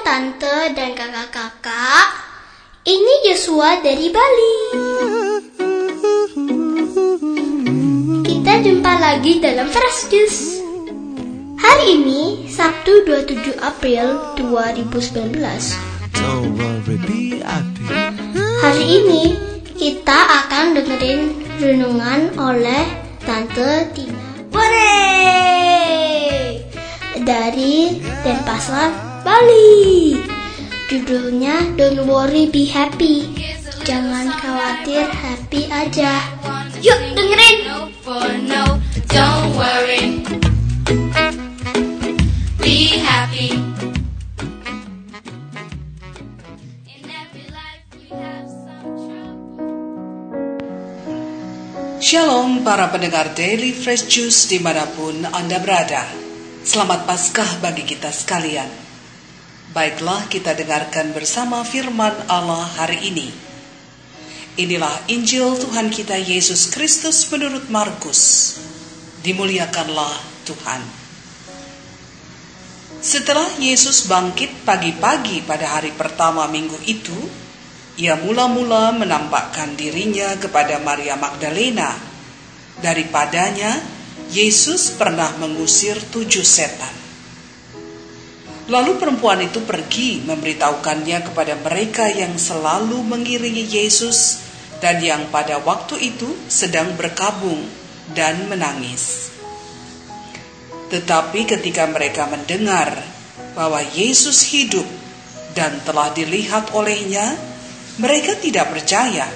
tante, dan kakak-kakak. Ini Joshua dari Bali. Kita jumpa lagi dalam Fresh Juice. Hari ini, Sabtu 27 April 2019. Hari ini, kita akan dengerin renungan oleh Tante Tina dari Denpasar, Bali. Judulnya Don't Worry Be Happy. Jangan khawatir, happy aja. Yuk dengerin. Don't worry. Be happy. In every life you have some trouble. Shalom para pendengar Daily Fresh Juice dimanapun Anda berada. Selamat Paskah bagi kita sekalian. Baiklah, kita dengarkan bersama firman Allah hari ini. Inilah Injil Tuhan kita Yesus Kristus menurut Markus. Dimuliakanlah Tuhan. Setelah Yesus bangkit pagi-pagi pada hari pertama minggu itu, ia mula-mula menampakkan dirinya kepada Maria Magdalena. Daripadanya, Yesus pernah mengusir 7 setan. Lalu perempuan itu pergi memberitahukannya kepada mereka yang selalu mengiringi Yesus dan yang pada waktu itu sedang berkabung dan menangis. Tetapi ketika mereka mendengar bahwa Yesus hidup dan telah dilihat olehnya, mereka tidak percaya.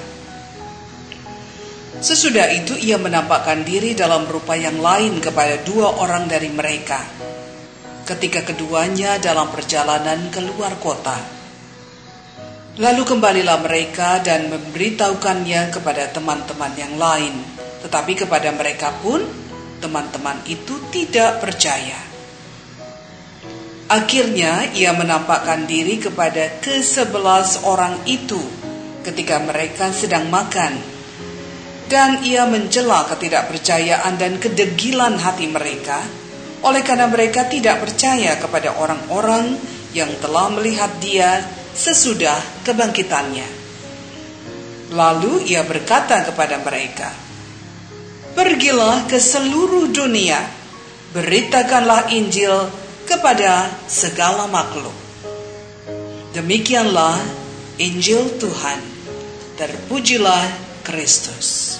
Sesudah itu ia menampakkan diri dalam rupa yang lain kepada 2 orang dari mereka, ketika keduanya dalam perjalanan keluar kota. Lalu kembalilah mereka dan memberitahukannya kepada teman-teman yang lain. Tetapi kepada mereka pun, teman-teman itu tidak percaya. Akhirnya ia menampakkan diri kepada ke-11 orang itu ketika mereka sedang makan. Dan ia mencela ketidakpercayaan dan kedegilan hati mereka, oleh karena mereka tidak percaya kepada orang-orang yang telah melihat dia sesudah kebangkitannya. Lalu ia berkata kepada mereka, "Pergilah ke seluruh dunia, beritakanlah Injil kepada segala makhluk." Demikianlah Injil Tuhan. Terpujilah Kristus.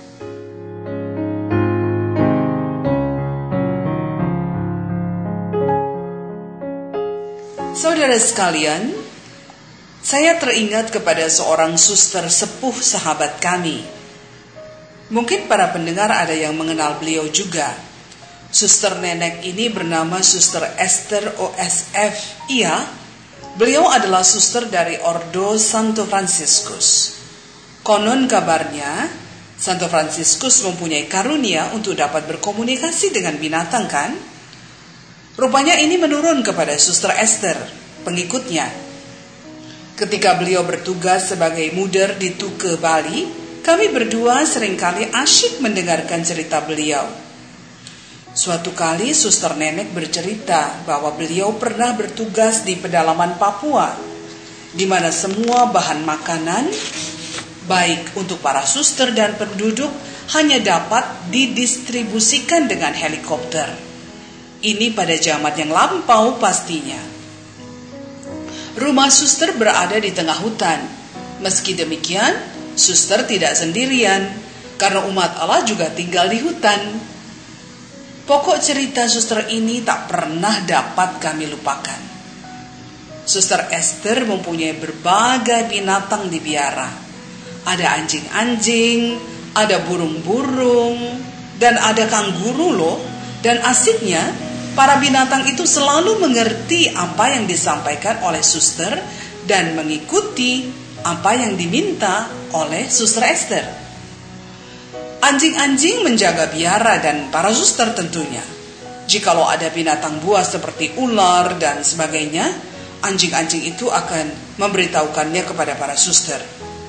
Saudara sekalian, saya teringat kepada seorang suster sepuh sahabat kami. Mungkin para pendengar ada yang mengenal beliau juga. Suster nenek ini bernama Suster Esther OSF. Beliau adalah suster dari Ordo Santo Fransiskus. Konon kabarnya, Santo Fransiskus mempunyai karunia untuk dapat berkomunikasi dengan binatang, kan? Rupanya ini menurun kepada Suster Esther, pengikutnya. Ketika beliau bertugas sebagai muder di Tuke, Bali, kami berdua seringkali asyik mendengarkan cerita beliau. Suatu kali Suster Nenek bercerita bahwa beliau pernah bertugas di pedalaman Papua, di mana semua bahan makanan, baik untuk para suster dan penduduk, hanya dapat didistribusikan dengan helikopter. Ini pada zaman yang lampau pastinya. Rumah suster berada di tengah hutan. Meski demikian, suster tidak sendirian, karena umat Allah juga tinggal di hutan. Pokok cerita suster ini tak pernah dapat kami lupakan. Suster Esther mempunyai berbagai binatang di biara. Ada anjing-anjing, ada burung-burung, dan ada kanguru loh. Dan asiknya, para binatang itu selalu mengerti apa yang disampaikan oleh suster dan mengikuti apa yang diminta oleh Suster Esther. Anjing-anjing menjaga biara dan para suster tentunya. Jikalau ada binatang buas seperti ular dan sebagainya, anjing-anjing itu akan memberitahukannya kepada para suster.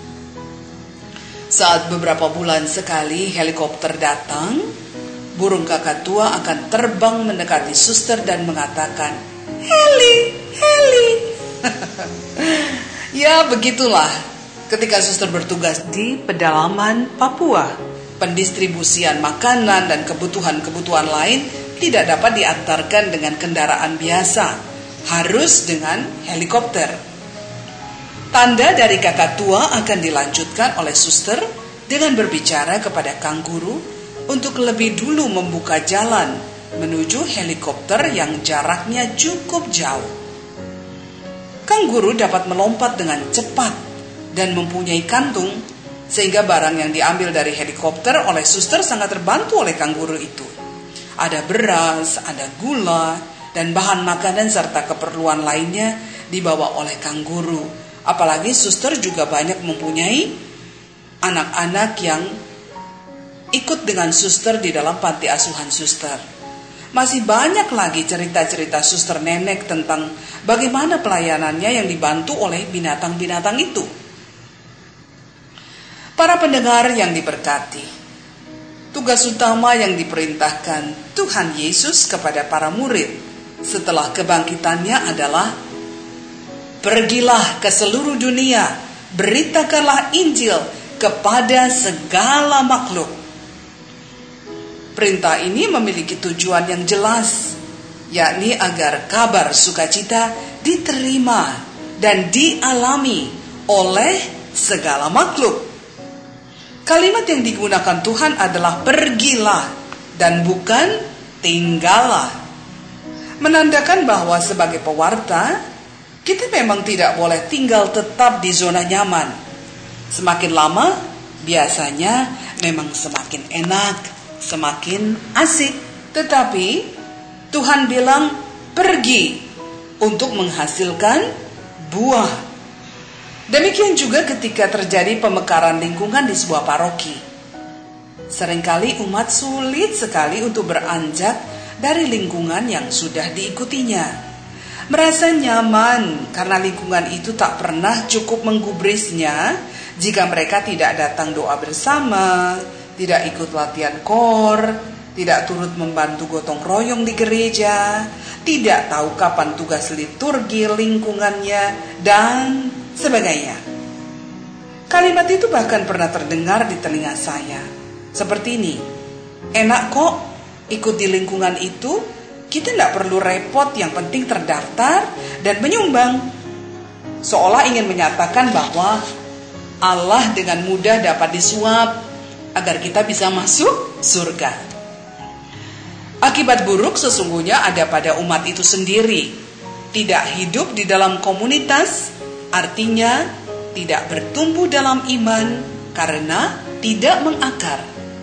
Saat beberapa bulan sekali helikopter datang, burung kakatua akan terbang mendekati suster dan mengatakan, "Heli, Heli." Ya, begitulah ketika suster bertugas di pedalaman Papua. Pendistribusian makanan dan kebutuhan-kebutuhan lain tidak dapat diantarkan dengan kendaraan biasa, harus dengan helikopter. Tanda dari kakak tua akan dilanjutkan oleh suster dengan berbicara kepada kang guru untuk lebih dulu membuka jalan menuju helikopter yang jaraknya cukup jauh. Kang guru dapat melompat dengan cepat dan mempunyai kantung, sehingga barang yang diambil dari helikopter oleh suster sangat terbantu oleh kang guru itu. Ada beras, ada gula, dan bahan makanan serta keperluan lainnya dibawa oleh kang guru. Apalagi suster juga banyak mempunyai anak-anak yang ikut dengan suster di dalam panti asuhan suster. Masih banyak lagi cerita-cerita suster nenek tentang bagaimana pelayanannya yang dibantu oleh binatang-binatang itu. Para pendengar yang diberkati, tugas utama yang diperintahkan Tuhan Yesus kepada para murid setelah kebangkitannya adalah pergilah ke seluruh dunia, beritakanlah Injil kepada segala makhluk. Perintah ini memiliki tujuan yang jelas, yakni agar kabar sukacita diterima dan dialami oleh segala makhluk. Kalimat yang digunakan Tuhan adalah pergilah dan bukan tinggallah. Menandakan bahwa sebagai pewarta, kita memang tidak boleh tinggal tetap di zona nyaman. Semakin lama, biasanya memang semakin enak, semakin asik. Tetapi Tuhan bilang pergi untuk menghasilkan buah. Demikian juga ketika terjadi pemekaran lingkungan di sebuah paroki. Seringkali umat sulit sekali untuk beranjak dari lingkungan yang sudah diikutinya. Merasa nyaman karena lingkungan itu tak pernah cukup menggubrisnya jika mereka tidak datang doa bersama, tidak ikut latihan kor, tidak turut membantu gotong royong di gereja, tidak tahu kapan tugas liturgi lingkungannya, dan sebagainya. Kalimat itu bahkan pernah terdengar di telinga saya. Seperti ini, enak kok ikut di lingkungan itu, kita tidak perlu repot, yang penting terdaftar dan menyumbang. Seolah ingin menyatakan bahwa Allah dengan mudah dapat disuap agar kita bisa masuk surga. Akibat buruk sesungguhnya ada pada umat itu sendiri. Tidak hidup di dalam komunitas, artinya tidak bertumbuh dalam iman karena tidak mengakar.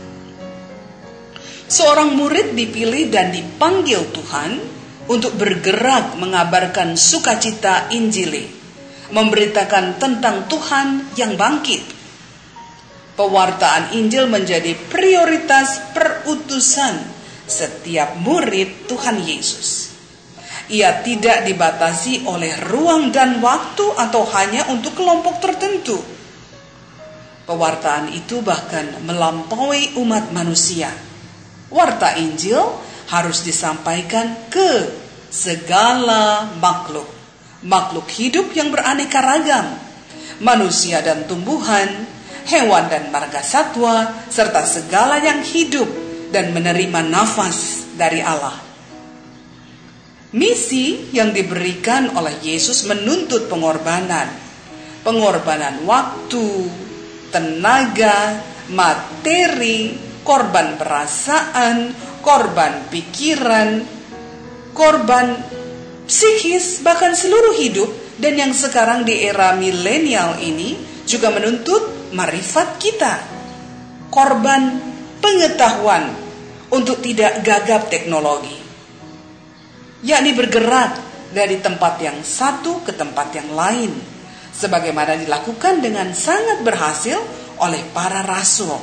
Seorang murid dipilih dan dipanggil Tuhan untuk bergerak mengabarkan sukacita Injil, memberitakan tentang Tuhan yang bangkit. Pewartaan Injil menjadi prioritas perutusan setiap murid Tuhan Yesus. Ia tidak dibatasi oleh ruang dan waktu atau hanya untuk kelompok tertentu. Pewartaan itu bahkan melampaui umat manusia. Warta Injil harus disampaikan ke segala makhluk. Makhluk hidup yang beraneka ragam, manusia dan tumbuhan, hewan dan marga satwa, serta segala yang hidup dan menerima nafas dari Allah. Misi yang diberikan oleh Yesus menuntut pengorbanan. Pengorbanan waktu, tenaga, materi, korban perasaan, korban pikiran, korban psikis, bahkan seluruh hidup. Dan yang sekarang di era milenial ini juga menuntut marifat kita. Korban pengetahuan untuk tidak gagap teknologi, yakni bergerak dari tempat yang satu ke tempat yang lain, sebagaimana dilakukan dengan sangat berhasil oleh para rasul.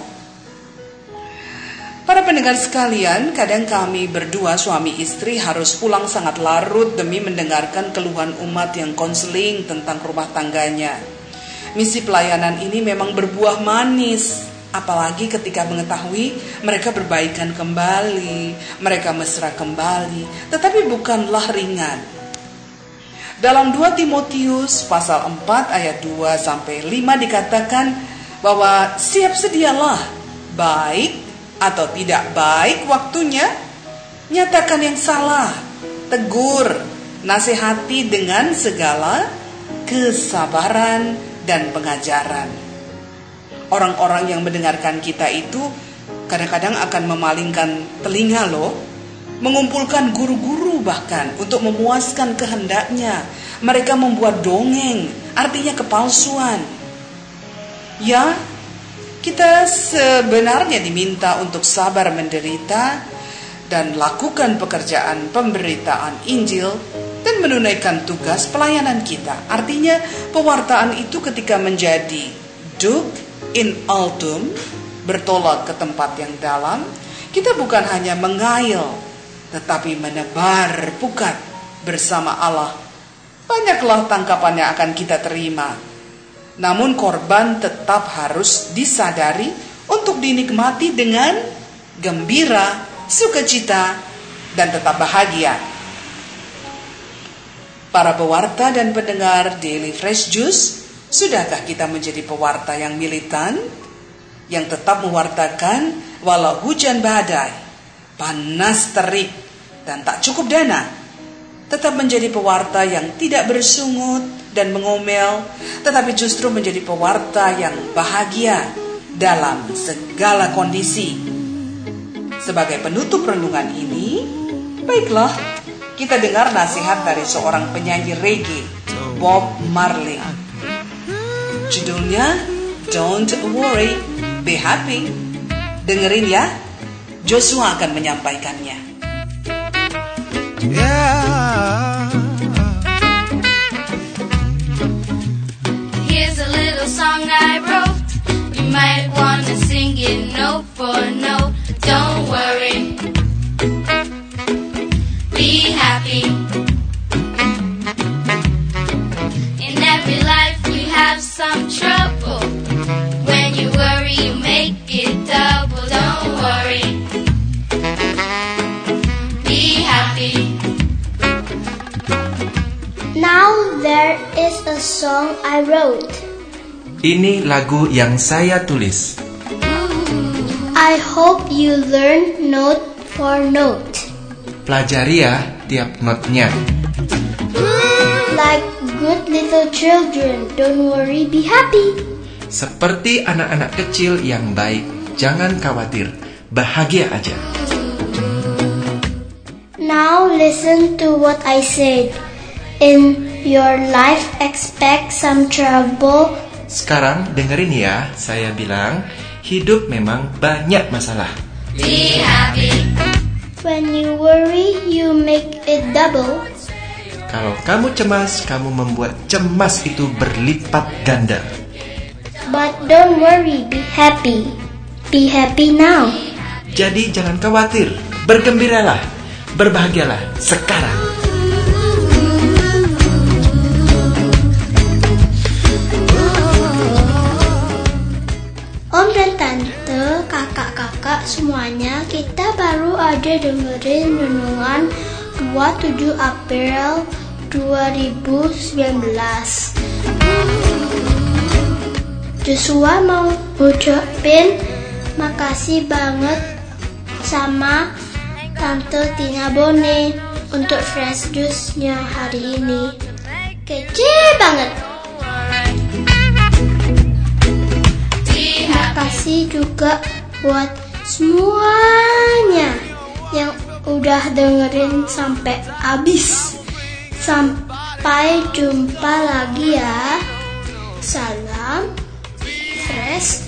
Para pendengar sekalian, kadang kami berdua suami istri harus pulang sangat larut demi mendengarkan keluhan umat yang konseling tentang rumah tangganya. Misi pelayanan ini memang berbuah manis, apalagi ketika mengetahui mereka berbaikan kembali, mereka mesra kembali, tetapi bukanlah ringan. Dalam 2 Timotius pasal 4 ayat 2 sampai 5 dikatakan bahwa siap sedialah, baik atau tidak baik waktunya, nyatakan yang salah, tegur, nasihati dengan segala kesabaran dan pengajaran. Orang-orang yang mendengarkan kita itu kadang-kadang akan memalingkan telinga loh, mengumpulkan guru-guru bahkan untuk memuaskan kehendaknya. Mereka membuat dongeng, artinya kepalsuan. Ya, kita sebenarnya diminta untuk sabar menderita dan lakukan pekerjaan pemberitaan Injil dan menunaikan tugas pelayanan kita. Artinya pewartaan itu ketika menjadi duc in altum, bertolak ke tempat yang dalam, kita bukan hanya mengail, tetapi menebar pukat bersama Allah. Banyaklah tangkapan yang akan kita terima. Namun korban tetap harus disadari untuk dinikmati dengan gembira, sukacita, dan tetap bahagia. Para pewarta dan pendengar Daily Fresh Juice, sudahkah kita menjadi pewarta yang militan, yang tetap mewartakan walau hujan badai, panas terik, dan tak cukup dana, tetap menjadi pewarta yang tidak bersungut dan mengomel, tetapi justru menjadi pewarta yang bahagia dalam segala kondisi. Sebagai penutup renungan ini, baiklah kita dengar nasihat dari seorang penyanyi reggae, Bob Marley. Judulnya Don't Worry, Be Happy. Dengerin ya, Joshua akan menyampaikannya. Here's a little song I wrote. You might want to sing it note for note. Don't worry, be happy. In every life we have some trouble. When you worry, you make it double. Don't worry, be happy. Now there is a song I wrote. Ini lagu yang saya tulis. I hope you learn note for note. Pelajari ya tiap notnya. Like good little children, don't worry, be happy. Seperti anak-anak kecil yang baik, jangan khawatir, bahagia aja. Now listen to what I said. In your life expect some trouble. Sekarang dengerin ya, saya bilang hidup memang banyak masalah. Be happy. When you worry, you make it double. Kalau kamu cemas, kamu membuat cemas itu berlipat ganda. But don't worry, be happy. Be happy now. Jadi jangan khawatir, bergembiralah, berbahagialah sekarang. Om dan Tante, kakak-kakak semuanya, kita baru aja dengerin renungan 27 April 2019. Joshua mau ngucapin makasih banget sama Tante Tina Bone untuk fresh juice-nya hari ini. Kece banget. Terima kasih juga buat semuanya yang udah dengerin sampai habis. Sampai jumpa lagi ya. Salam Fresh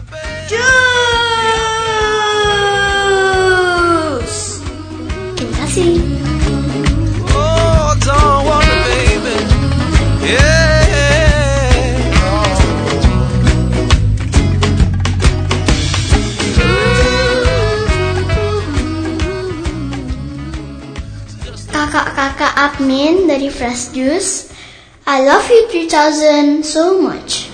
Juice. Terima kasih. Oh, don't worry, baby. Yeah. Kakak-kakak admin dari Fresh Juice, I love you 3000 so much.